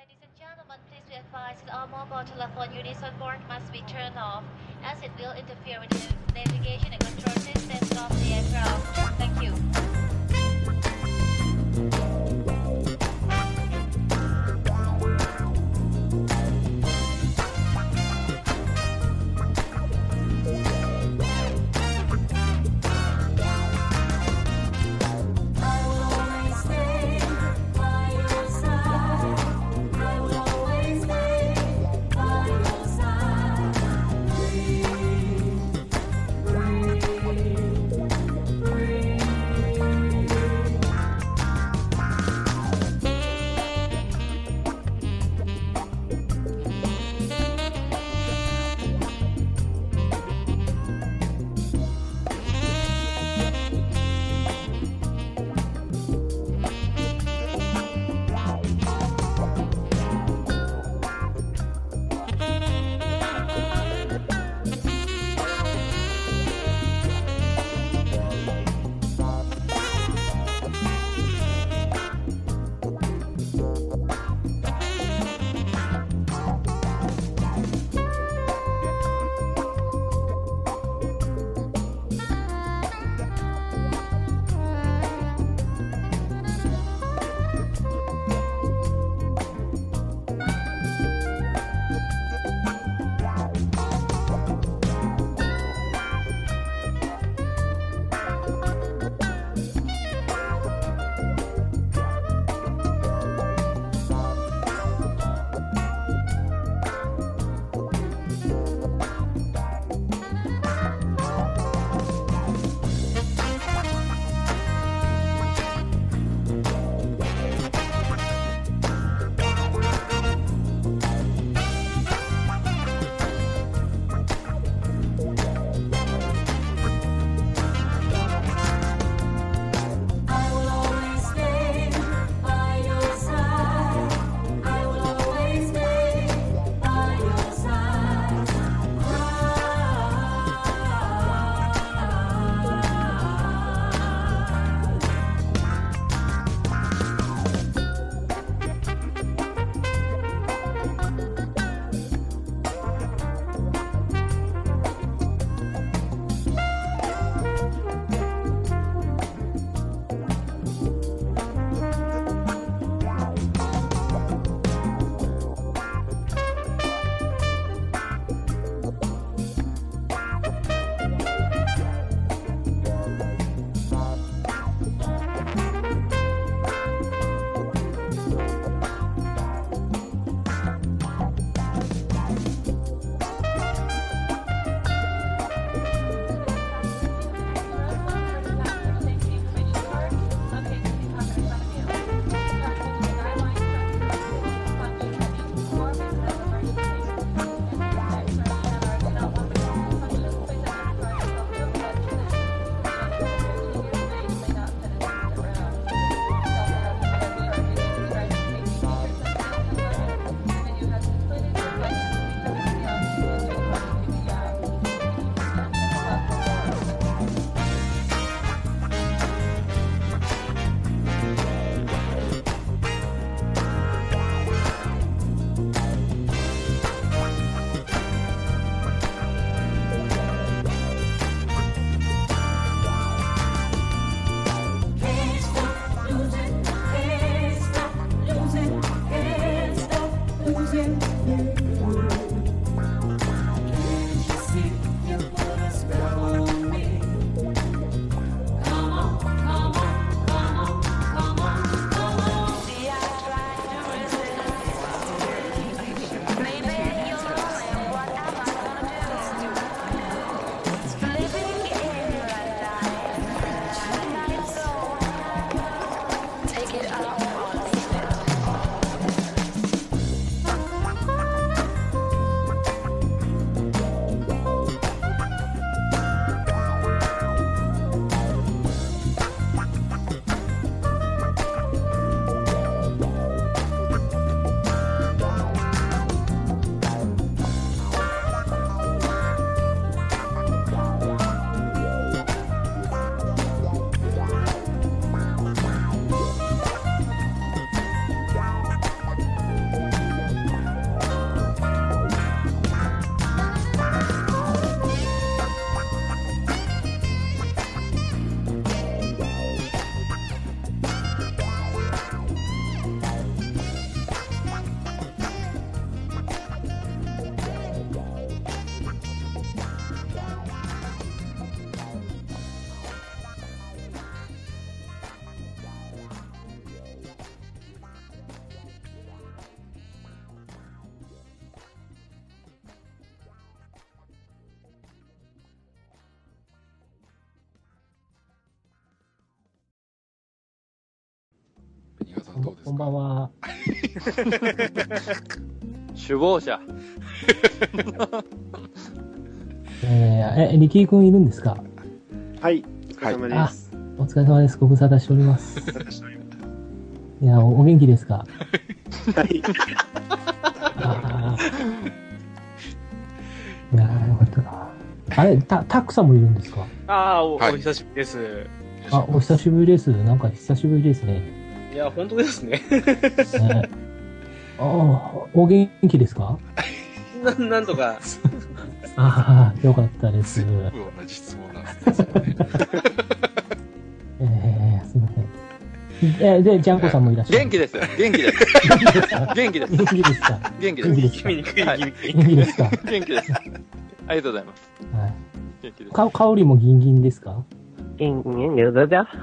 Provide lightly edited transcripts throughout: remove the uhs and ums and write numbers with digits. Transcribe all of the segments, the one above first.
Ladies and gentlemen, please be advised that all mobile telephone units on board must be turned off as it will interfere with the navigation and control systems of the aircraft. Thank you. そうですか。 こんばんは。 首謀者。 力井くんいるんですか？ はい、お疲れ様です。 お疲れ様です。ご無沙汰しております。いや、お元気ですか？ はい。 いやー、よかったな。あれ、タックさんもいるんですか？ お久しぶりです。 お久しぶりです。なんか久しぶりですね。 いや、本当ですね。 お元気ですか？ なんとか。 よかったです。 全部同じ質問なんですね。 すいません。で、ジャンコさんもいらっしゃる。 元気です。元気です。元気です。 元気ですか？ 元気です。 元気ですか？ 元気ですか？元気です。ありがとうございます。 はい。 元気です。 香りもギンギンですか？ 元気だじゃ。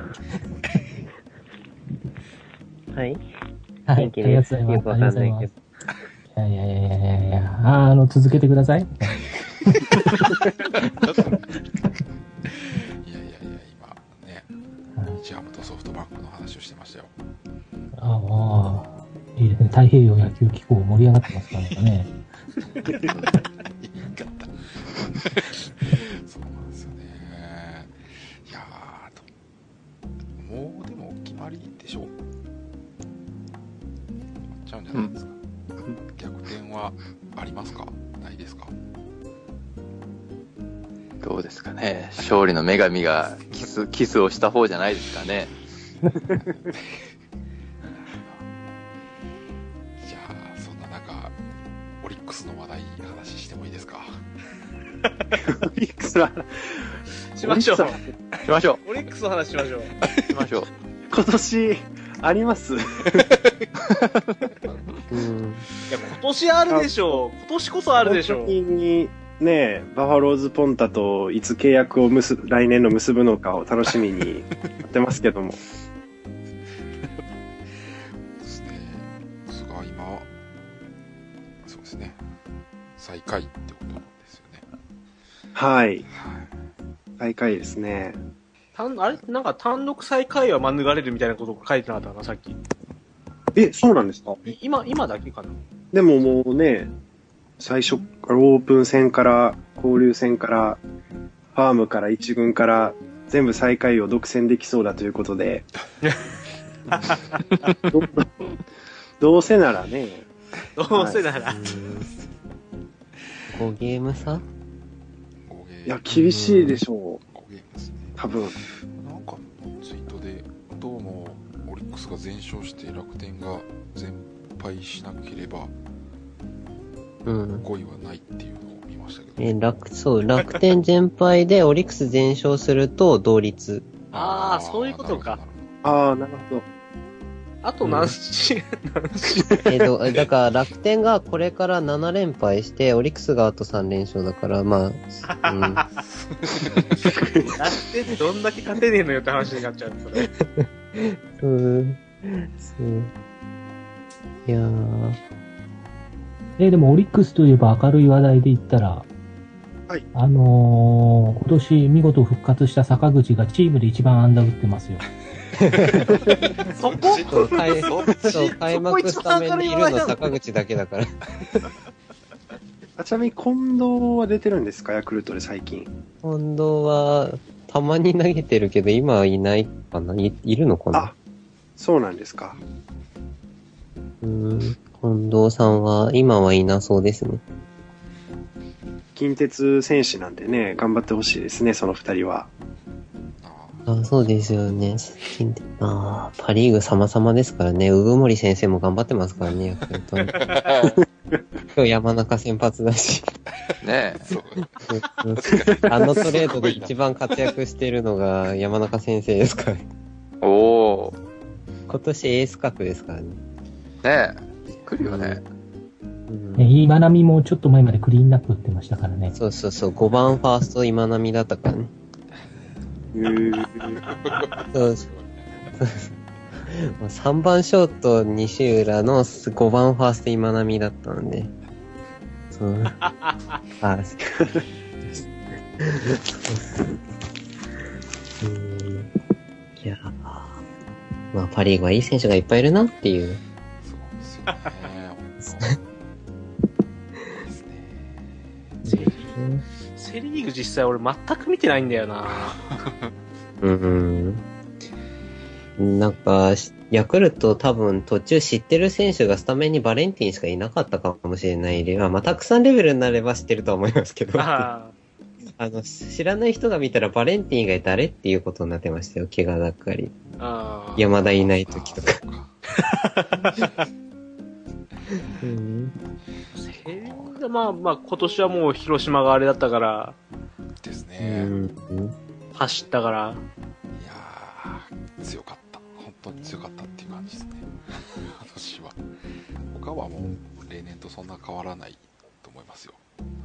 はい。 はい。 元気です。 ありがとうございます。 よくわかんないけど。 いや。続けてください。 いや、今ね、日ハムとソフトバンクの話をしてましたよ。 いいですね。太平洋野球機構盛り上がってますからね。 そうなんですよね。いやもうでも決まりでしょう。ちゃうんじゃないですか。逆転はありますか？ないですか？ どうですかね。勝利の女神がキスをした方じゃないですかね。 じゃあそんな中、オリックスの話題話してもいいですか？ オリックスはしましょう。 しましょオリックスの話しましょう。 う。しましょう。 今年あります？ いや、今年あるでしょう。今年こそあるでしょう。 最近にね、バファローズポンタといつ契約を来年の結ぶのかを楽しみにやってますけども。 ですね。ですが今、そうですね。最下位ってことですよね。 はい。 はい。 最下位ですね。 あれなんか単独最下位は免れるみたいなことが書いてなかったかな、さっき。 そうなんですか？ 今だけかな。 でももうね、最初からオープン戦から交流戦からファームから一軍から全部最下位を独占できそうだということでどうせならね、 どうせなら。 5ゲーム差？ いや厳しいでしょう。 5ゲームですね。 多分なんかツイートでどうもオリックスが全勝して楽天が全敗しなければ5位はないっていうのを見ましたけど、 楽天全敗でオリックス全勝すると同率。 そういうことか。 なるほど。 あと何試だから楽天がこれから7連敗して、オリックスがあと3連勝だから、楽天ってどんだけ勝てねえのよって話になっちゃう、それ。 そう。いやでもオリックスといえば明るい話題で言ったら、 はい。 今年見事復活した坂口がチームで一番安打打ってますよ。 そこ開幕スタメンでいるの坂口だけだから。 ちなみに近藤は出てるんですか？ヤクルトで最近。 近藤はたまに投げてるけど今はいないかな。いるのかな。 そうなんですか。 近藤さんは今はいなそうですね。 近鉄戦士なんでね、頑張ってほしいですね、その二人は。 そうですよね。パリーグ様々ですからね。鵜久森先生も頑張ってますからね、ヤクルト。今日山中先発だし。 ねえ。 あのトレードで一番活躍してるのが山中先生ですからね。 おー。 今年エース格ですからね。 ねえ。びっくりよね。 今波もちょっと前までクリーンナップ打ってましたからね。 そう。5番ファースト今波だったからね。そう3番ショート西浦の5番ファースト今波だったので。そう。いやまあ、パリーグはいい選手がいっぱいいるなっていう。 そうですよね。 セリーグ実際俺全く見てないんだよな。 なんか、ヤクルト多分途中知ってる選手がスタメンにバレンティンしかいなかったかもしれないで、まあ、たくさんレベルになれば知ってるとは思いますけど、知らない人が見たらバレンティン以外誰っていうことになってましたよ、怪我だっかり。山田いない時とか。 まあまあ今年はもう広島があれだったから。 ですね。 走ったから。 いやー、強かった。本当に強かったっていう感じですね。私は。他はもう例年とそんな変わらないと思いますよ。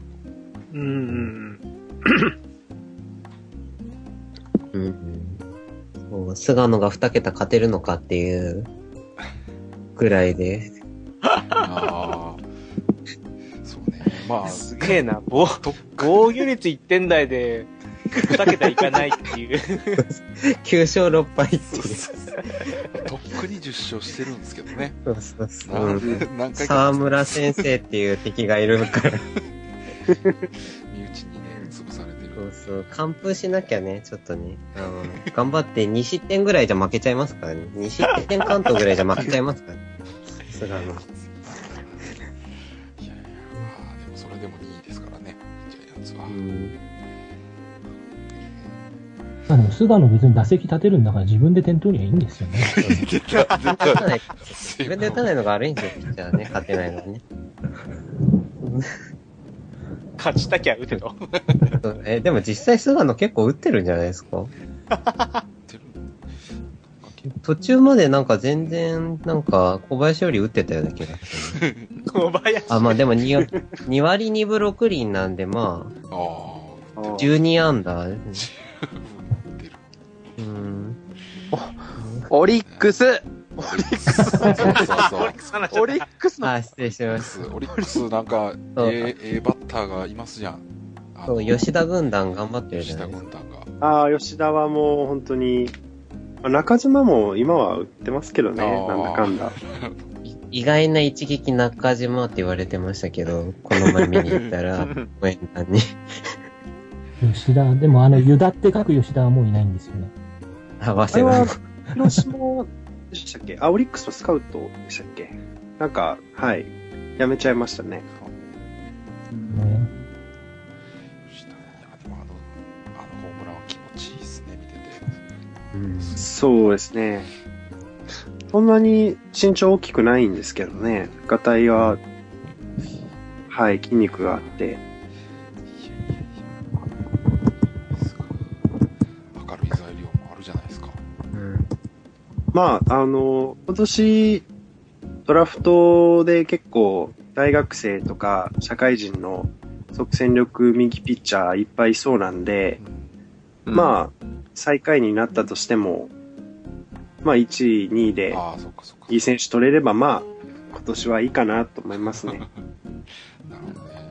菅野が2桁勝てるのかっていうぐらいで。 そうね。まあ、 すげえな。防御率1点台で2桁いかないっていう。 9勝6敗っていう。 とっくに10勝してるんですけどね。 沢村先生っていう敵がいるから。 身内にね、潰されてる。 完封しなきゃね、ちょっとね。頑張って2失点ぐらいじゃ負けちゃいますからね。2失点関東ぐらいじゃ負けちゃいますからね。菅野。 いやいや、まあ、でもそれでも2位ですからね、ジャイアンツは。 まあでも菅野別に打席立てるんだから自分で点取りゃいいんですよね。 自分で打たないのが悪いんですよ、ピッチャーね、勝てないのはね。 勝ちたきゃ打てと。 でも実際菅野結構打ってるんじゃないですか？途中までなんか全然、なんか小林より打ってたような気がする。 小林？ まあでも2割2分6厘なんでまあ、12アンダー。 オリックスオリックス失礼しました。 オリックスなんか、バッターがいますじゃん。 そう、吉田軍団頑張ってるじゃないですか。 吉田軍団が。 吉田はもう本当に、中島も今は売ってますけどね、なんだかんだ。 意外な一撃中島って言われてましたけど、この前見に行ったら、応援団に。 吉田、でもユダって書く吉田はもういないんですよね。 合わせな。 広島でしたっけ？オリックスのスカウトでしたっけ？なんか、はい。やめちゃいましたね。 吉田、いや、でもホームランは気持ちいいですね、見てて。 そうですね。そんなに身長大きくないんですけどね。ガタイは、はい、筋肉があって。 明るい材料もあるじゃないですか。 まあ、今年、ドラフトで結構、大学生とか社会人の即戦力右ピッチャーいっぱいいそうなんで、まあ、最下位になったとしても、まあ、1位、2位で、いい選手取れれば、まあ、今年はいいかなと思いますね。 なるほどね。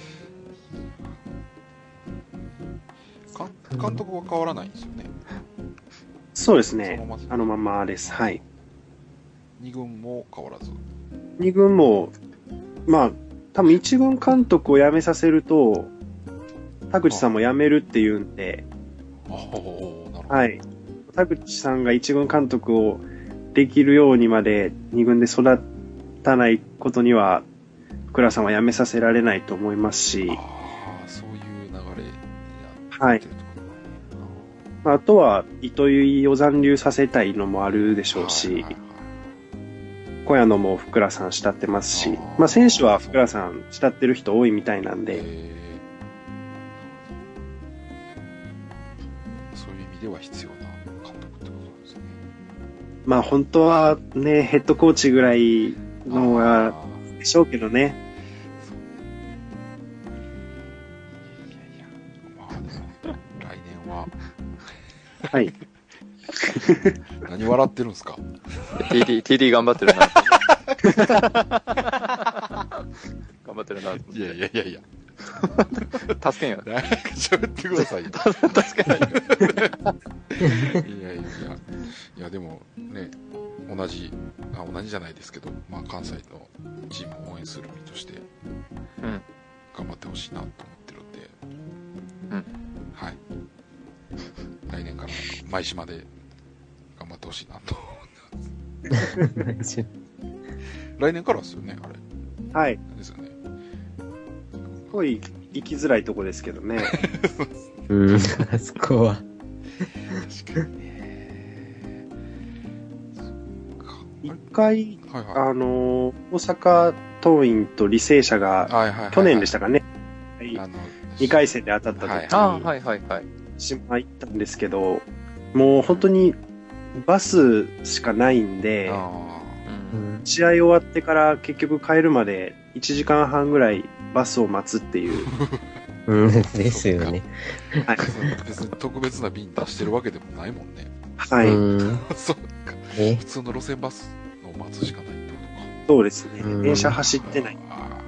監督は変わらないんですよね。 そうですね。あのままです。はい。 2軍も変わらず。 2軍も、まあ、多分1軍監督を辞めさせると、田口さんも辞めるっていうんで、はい。田口さんが1軍監督をできるようにまで2軍で育たないことには、福良さんは辞めさせられないと思いますし、 そういう流れにはい。あとは、糸井を残留させたいのもあるでしょうし、小屋野も福良さん慕ってますし、まあ選手は福良さん慕ってる人多いみたいなんで、 そういう意味では必要な監督ってことなんですね。 まあ本当はね、ヘッドコーチぐらいのがでしょうけどね。はい。 何笑ってるんですか？ TD 頑張ってるな。頑張ってるな。 いやいやいやいや。 助けんよ。 なんか喋ってくださいよ。 助けないよ。 いやいやいや。いやでもね、 同じじゃないですけど、まあ関西のチームを応援する身として、頑張ってほしいなと思ってるんで、はい。来年から舞島で頑張ってほしいなと思ってます。来年からですよね、あれ。 はい。 ですよね。 すごい行きづらいとこですけどね。 あそこは。 確かにね。 一回、大阪桐蔭と履正社が、去年でしたかね。2回戦で当たった時に、島行ったんですけど、もう本当にバスしかないんで、試合終わってから結局帰るまで1時間半ぐらいバスを待つっていう。 ですよね。 はい。別に特別な便出してるわけでもないもんね。 はい。 そうか。普通の路線バスを待つしかないってことか。 そうですね。電車走ってない。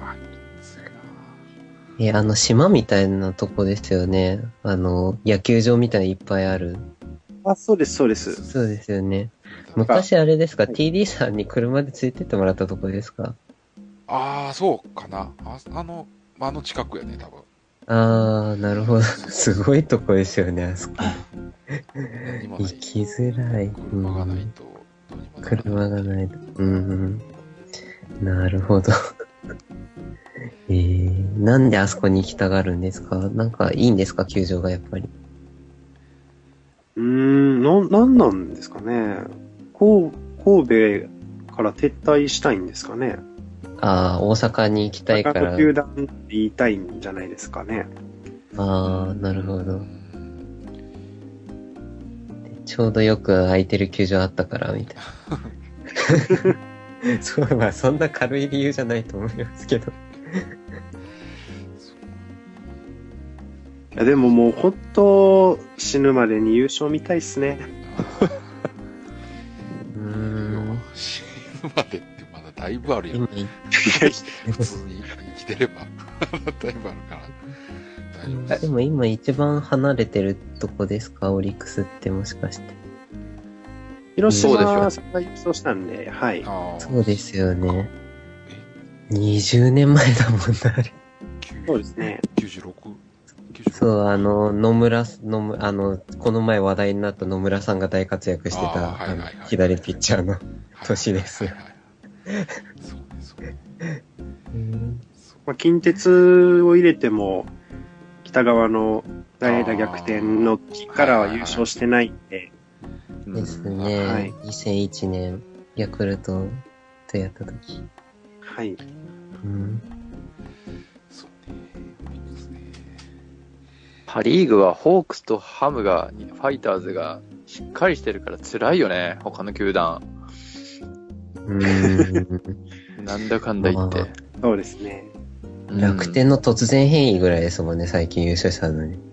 島みたいなとこですよね。野球場みたいないっぱいある。 あ、そうです、そうです。 そうですよね。昔あれですか、TD さんに車で連れてってもらったとこですか？ ああ、そうかな。あの近くやね、多分。 ああ、なるほど。すごいとこですよね、あそこ。行きづらい。 車がないと、 車がないと。なるほど。なんであそこに行きたがるんですか？なんかいいんですか、球場がやっぱり。 なんなんですかね。神戸から撤退したいんですかね。 ああ、大阪に行きたいから。 大阪球団って言いたいんじゃないですかね。 ああ、なるほど。ちょうどよく空いてる球場あったから、みたいな。そう、まあそんな軽い理由じゃないと思いますけど。 いやでももうほんと死ぬまでに優勝見たいっすね。 死ぬまでってまだだいぶあるやん。普通に生きてればだいぶあるから大丈夫です。 でも今一番離れてるとこですか、オリックスってもしかして。 広島は3回優勝したんで、はい。 そうですよね。20年前だもんな、あれ。 そうですね。 96？ そう、この前話題になった野村さんが大活躍してた、左ピッチャーの年ですよ。 近鉄を入れても、北側の代打逆転の木からは優勝してないんで。 ですね。はい、2001年、ヤクルトとやった時。 はい。 パリーグはホークスとハムが、ファイターズがしっかりしてるから辛いよね、他の球団。なんだかんだ言って。 そうですね。 楽天の突然変異ぐらいですもんね、最近優勝したのに。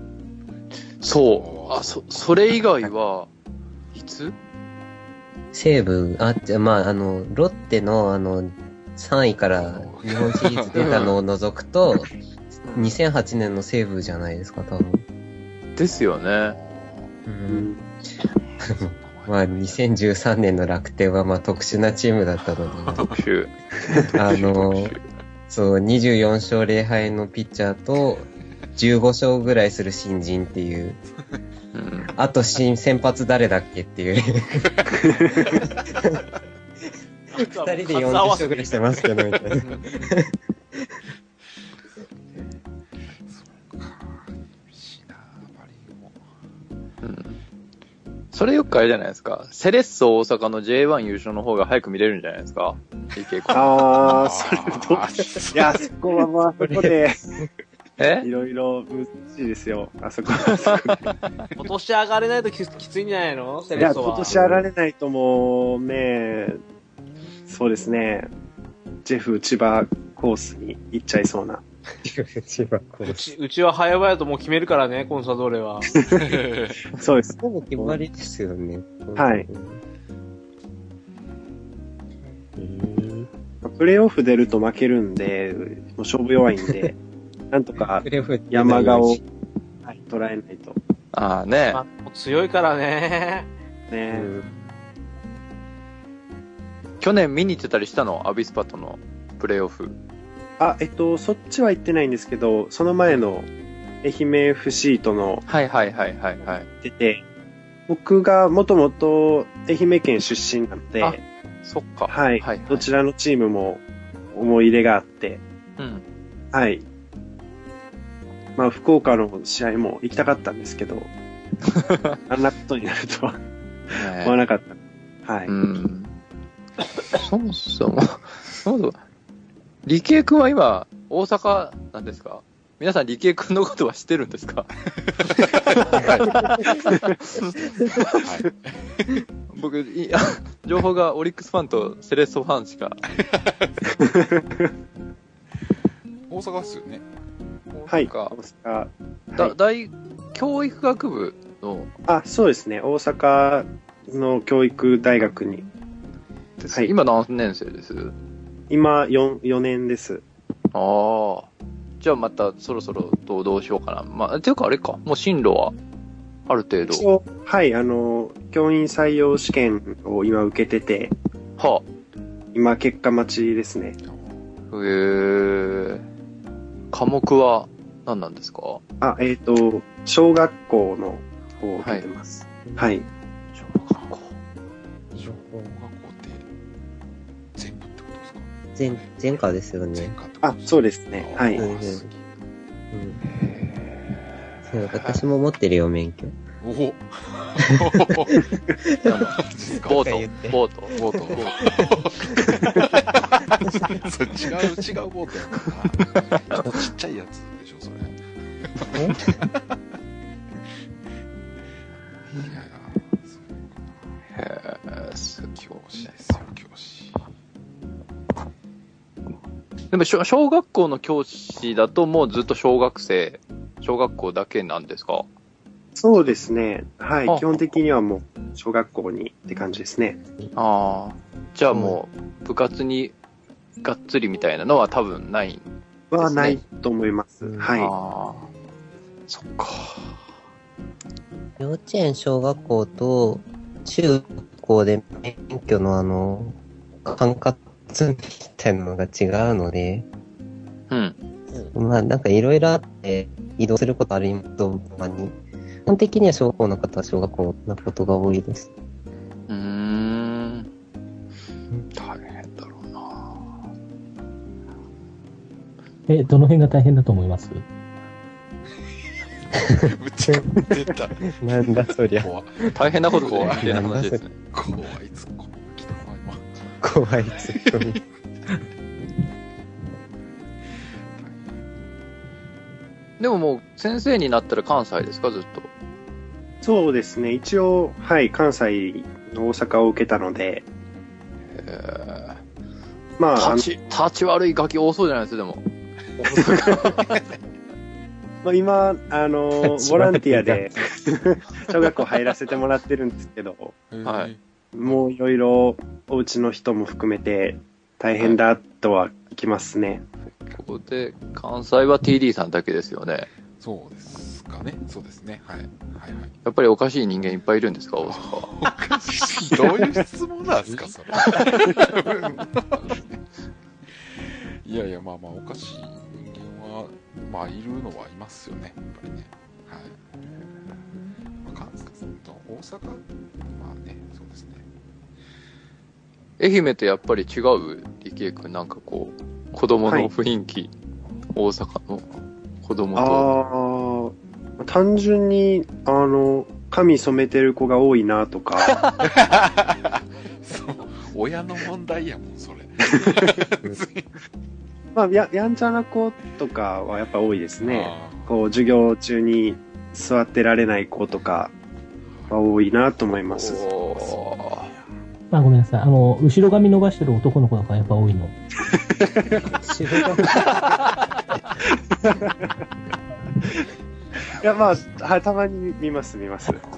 そう。それ以外は、いつ？ 西武、ロッテの3位から日本シリーズ出たのを除くと、2008年の西武じゃないですか、多分。 ですよね。 まあ、2013年の楽天はまあ特殊なチームだったので。 特殊。 そう、24勝0敗のピッチャーと、15勝ぐらいする新人っていう。あと先発誰だっけっていう。2人で40勝ぐらいしてますけど、みたいな。 それよくあれじゃないですか。セレッソ大阪の J1 優勝の方が早く見れるんじゃないですか。それどう？ いや、そこはまあ、そこで、いろいろ難しいですよ。あそこは。 今年上がれないときついんじゃないの？セレッソは。いや、今年上がられないともう、ね、そうですね。ジェフ千葉コースに行っちゃいそうな。 うちは早々ともう決めるからね、コンサドーレは。 そうです。 ほぼ決まりですよね。 はい。プレイオフ出ると負けるんで、もう勝負弱いんで、なんとか山賀を、はい、捉えないと。 ああね。 強いからね。 ね去年見に行ってたりしたの？アビスパとのプレーオフ。 そっちは行ってないんですけど、その前の愛媛 FC との、 はい。 出て、僕がもともと愛媛県出身なので、 そっか。 はい。どちらのチームも思い入れがあって、 うん。 はい。まあ、福岡の試合も行きたかったんですけど、あんなことになるとは思わなかった。はい。 そもそも、理系くんは今、大阪なんですか？皆さん理系くんのことは知ってるんですか？僕、情報がオリックスファンとセレッソファンしか。 大阪ですよね。 はい。大阪。 大教育学部の。 そうですね。大阪の教育大学に。 はい。今何年生です？ 今4年です。 じゃあまたそろそろどうしようかな。っていうかあれか、もう進路はある程度。 はい、教員採用試験を今受けてて、今結果待ちですね。 科目は何なんですか？ 小学校の方を受けてます。はい。 小学校って全部ってことですか？ 全科ですよね。 そうですね。はい。 私も持ってるよ、免許。 おおボート。 それ違うボートやからな。ちっちゃいやつでしょ、それ。いや、そうかな。教師ですよ、教師。 でも小学校の教師だともうずっと小学校だけなんですか？ そうですね。はい。基本的にはもう小学校にって感じですね。 じゃあもう部活にがっつりみたいなのは多分ないんですね。 はないと思います。はい。 そっか。 幼稚園、小学校と中高で免許の管轄みたいなのが違うので、なんかいろいろあって移動することあるとまに、基本的には小学校の方は小学校のことが多いです。 大変だろうな。 どの辺が大変だと思います？ むちゃ出た。 なんだそりゃ。 大変なことでっていう話ですね。 怖いツッコミ来たわ今。 怖いツッコミ。 でももう先生になったら関西ですか、ずっと？ そうですね。一応、はい、関西の大阪を受けたので。立ち悪いガキ多そうじゃないですか、でも。 今、ボランティアで小学校入らせてもらってるんですけど、もういろいろお家の人も含めて大変だとはきますね。 ここで関西は TD さんだけですよね。 そうですかね。そうですね。はい。 やっぱりおかしい人間いっぱいいるんですか、大阪は。 おかしい。どういう質問なんですか、それ。いやいや、おかしい人間は、いるのはいますよね、やっぱりね。はい。関西と大阪、そうですね。 愛媛とやっぱり違う、理系君、なんかこう、子供の雰囲気、大阪の子供と。 単純に、髪染めてる子が多いなとか。 そう、親の問題やもん、それ。 やんちゃな子とかはやっぱ多いですね。こう、授業中に座ってられない子とかは多いなと思います。 ごめんなさい。後ろ髪伸ばしてる男の子とかやっぱ多いの。 いや、たまに見ます。 そうか、大阪ね。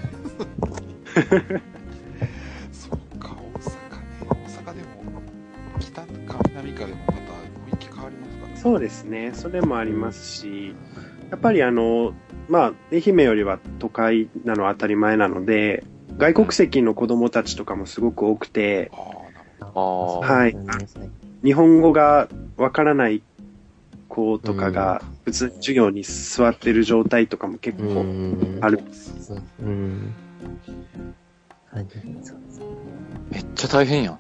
大阪でも、北か南かでもまた雰囲気変わりますからね。 そうですね。それもありますし、やっぱり愛媛よりは都会なのは当たり前なので、外国籍の子供たちとかもすごく多くて、 はい。日本語がわからない子とかが、普通に授業に座ってる状態とかも結構ある。 めっちゃ大変やん。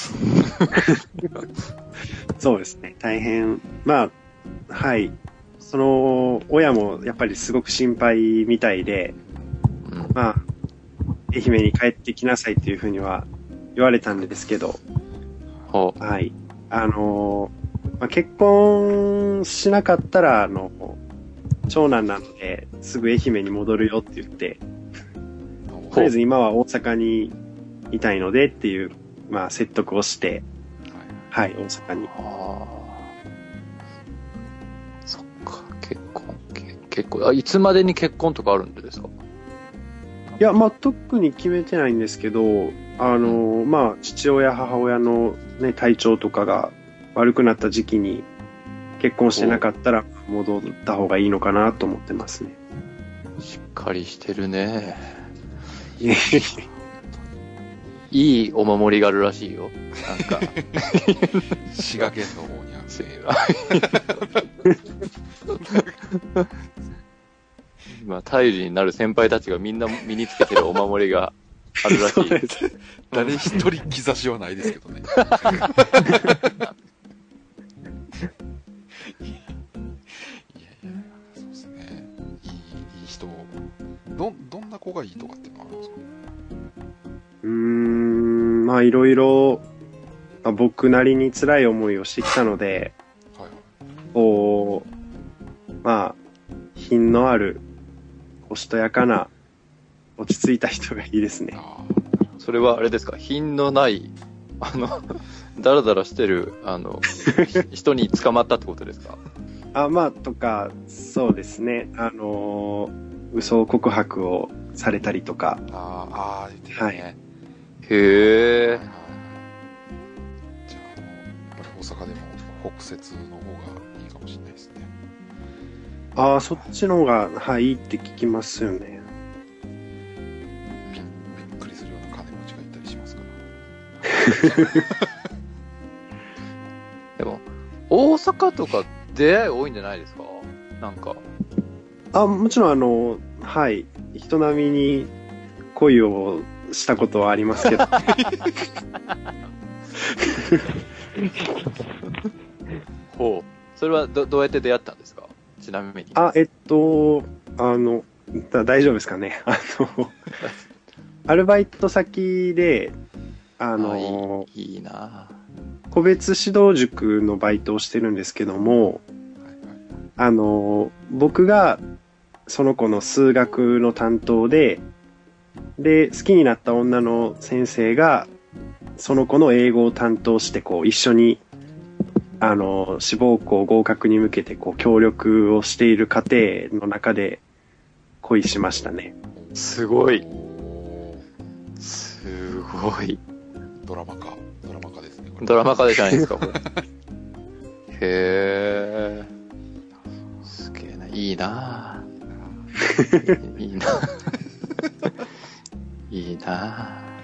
そうですね、大変。まあ、はい。その、親もやっぱりすごく心配みたいで、まあ、愛媛に帰ってきなさいっていうふうには言われたんですけど、はい。まあ、結婚しなかったら、長男なので、すぐ愛媛に戻るよって言って、とりあえず今は大阪にいたいのでっていう、まあ、説得をして、はい、大阪に。 そっか、結構、いつまでに結婚とかあるんですか？ いや、まあ、特に決めてないんですけど、まあ、父親、母親のね、体調とかが悪くなった時期に結婚してなかったら戻った方がいいのかなと思ってますね。 しっかりしてるね。いいお守りがあるらしいよ。なんか。 滋賀県の方にある。 今、頼りになる先輩たちがみんな身につけてるお守りがあるらしい。 誰一人兆しはないですけどね。いやそうですね。いい人。どんな子がいいとかっていうのはあるんですか？ まあいろいろ、僕なりに辛い思いをしてきたので、はいはい、こう、まあ、品のある、おしとやかな、落ち着いた人がいいですね。 それはあれですか？品のない、だらだらしてる、人に捕まったってことですか？ まあ、とか、そうですね。嘘告白をされたりとか。 言ってたね。はい。へえ。 じゃあ、やっぱり大阪でも北摂の方がいいかもしれないですね。 そっちの方が、はい、いいって聞きますよね。 びっくりするような金持ちがいたりしますから。 でも、大阪とか出会い多いんじゃないですか？なんか。 もちろんはい、人並みに恋をしたことはありますけど。 ほう。それはどうやって出会ったんですか？ちなみに。 大丈夫ですかね。アルバイト先で、 いいな個別指導塾のバイトをしてるんですけども、僕がその子の数学の担当で、好きになった女の先生が、その子の英語を担当して、一緒に、志望校合格に向けて、協力をしている過程の中で、恋しましたね。 すごい。すごい。 ドラマ化ですね。 ドラマ化じゃないですか、これ。へー。すげえな。いいなぁ。いいなぁ。いいなぁ。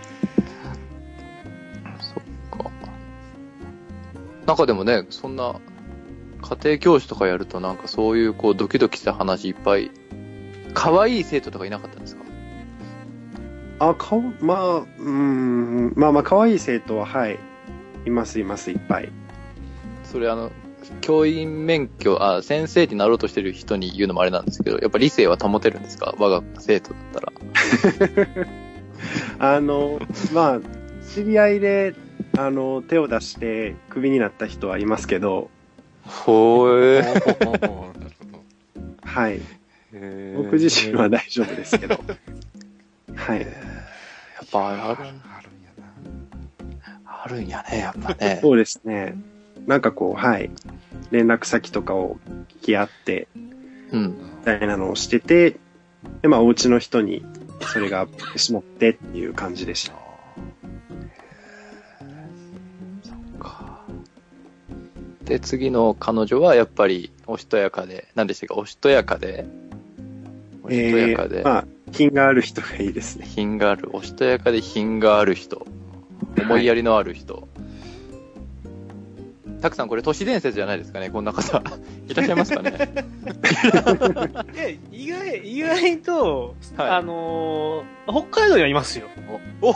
そっか。なんかでもね、そんな、家庭教師とかやるとなんかそういうドキドキした話いっぱい、可愛い生徒とかいなかったんですか？ まあ可愛い生徒は、はい、います、いっぱい。 それ教員免許、先生になろうとしてる人に言うのもあれなんですけど、やっぱ理性は保てるんですか？我が生徒だったら。 まあ、知り合いで、手を出してクビになった人はいますけど。はい。僕自身は大丈夫ですけど。はい。 やっぱあるんやね、やっぱね。 そうですね。なんかはい。連絡先とかを聞き合って、みたいなのをしてて、で、お家の人にそれがしまってっていう感じでした。 そっか。で、次の彼女はやっぱりおしとやかで、何でしたっけ？おしとやかで。 品がある人がいいですね。 品がある。おしとやかで品がある人。思いやりのある人。 たくさんこれ都市伝説じゃないですかね、こんな方。いらっしゃいますかね。 意外と、 はい北海道にはいますよ。 お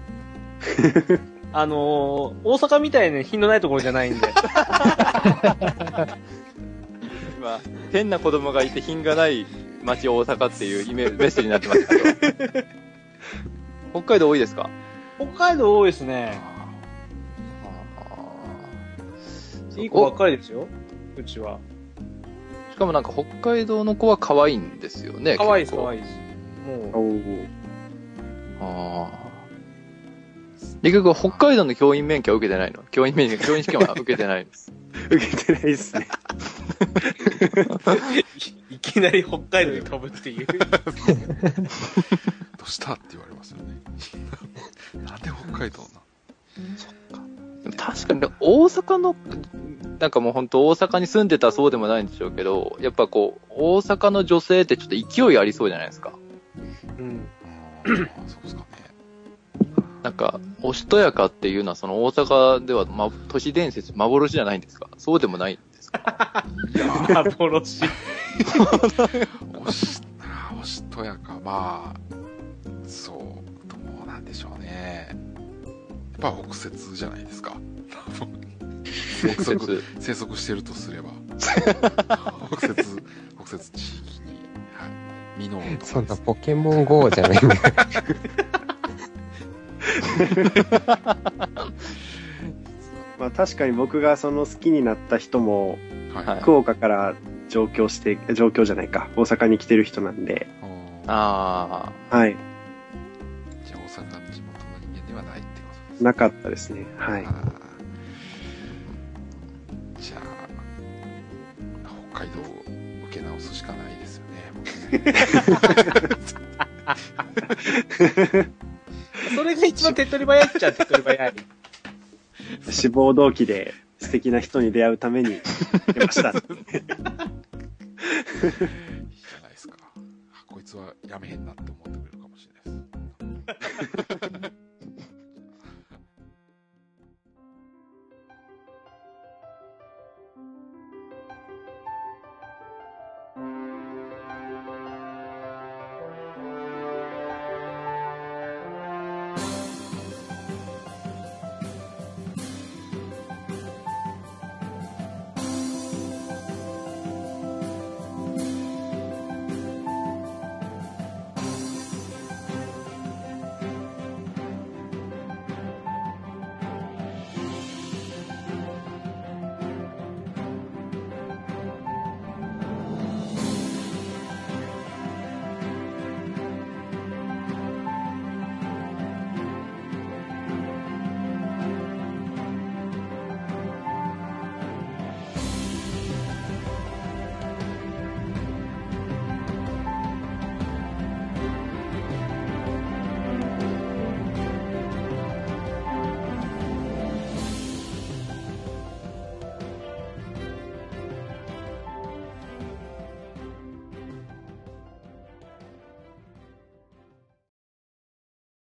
大阪みたいに品のないところじゃないんで。 今、変な子供がいて品がない町大阪っていうメッセージになってますけど。北海道多いですか？ 北海道多いですね。いい子ばっかりですよ、うちは。 しかもなんか北海道の子は可愛いんですよね。 可愛いです、 結構可愛いです。もおう。 ー結局北海道の教員免許は受けてないの？教員試験は受けてないです。 受けてないですね。 いきなり北海道に飛ぶっていう。 どうしたって言われますよね。なんで北海道なの？ 確かに大阪の、なんかもう本当大阪に住んでたらそうでもないんでしょうけど、やっぱこう、大阪の女性ってちょっと勢いありそうじゃないですか。 うん。 そうですかね。 うなんか、おしとやかっていうのはその大阪では、都市伝説、幻じゃないんですか？そうでもないんですか？ 幻。 おしとやか、まあ、そう、どうなんでしょうね。やっぱ北節じゃないですか。生息してるとすれば。北節地域に、はい。箕面とか。 そんなポケモン GO じゃないんだよ。 まあ確かに僕がその好きになった人も、 はい。 福岡から上京じゃないか、大阪に来てる人なんで、 あはい。 じゃあ大阪の地元の人間ではないってことですね。 なかったですね。はい。 じゃあ、北海道を受け直すしかないですよね。 それが一番手っ取り早いっちゃ手っ取り早い。 志望動機で素敵な人に出会うために出ました。 いいじゃないですか。こいつはやめへんなって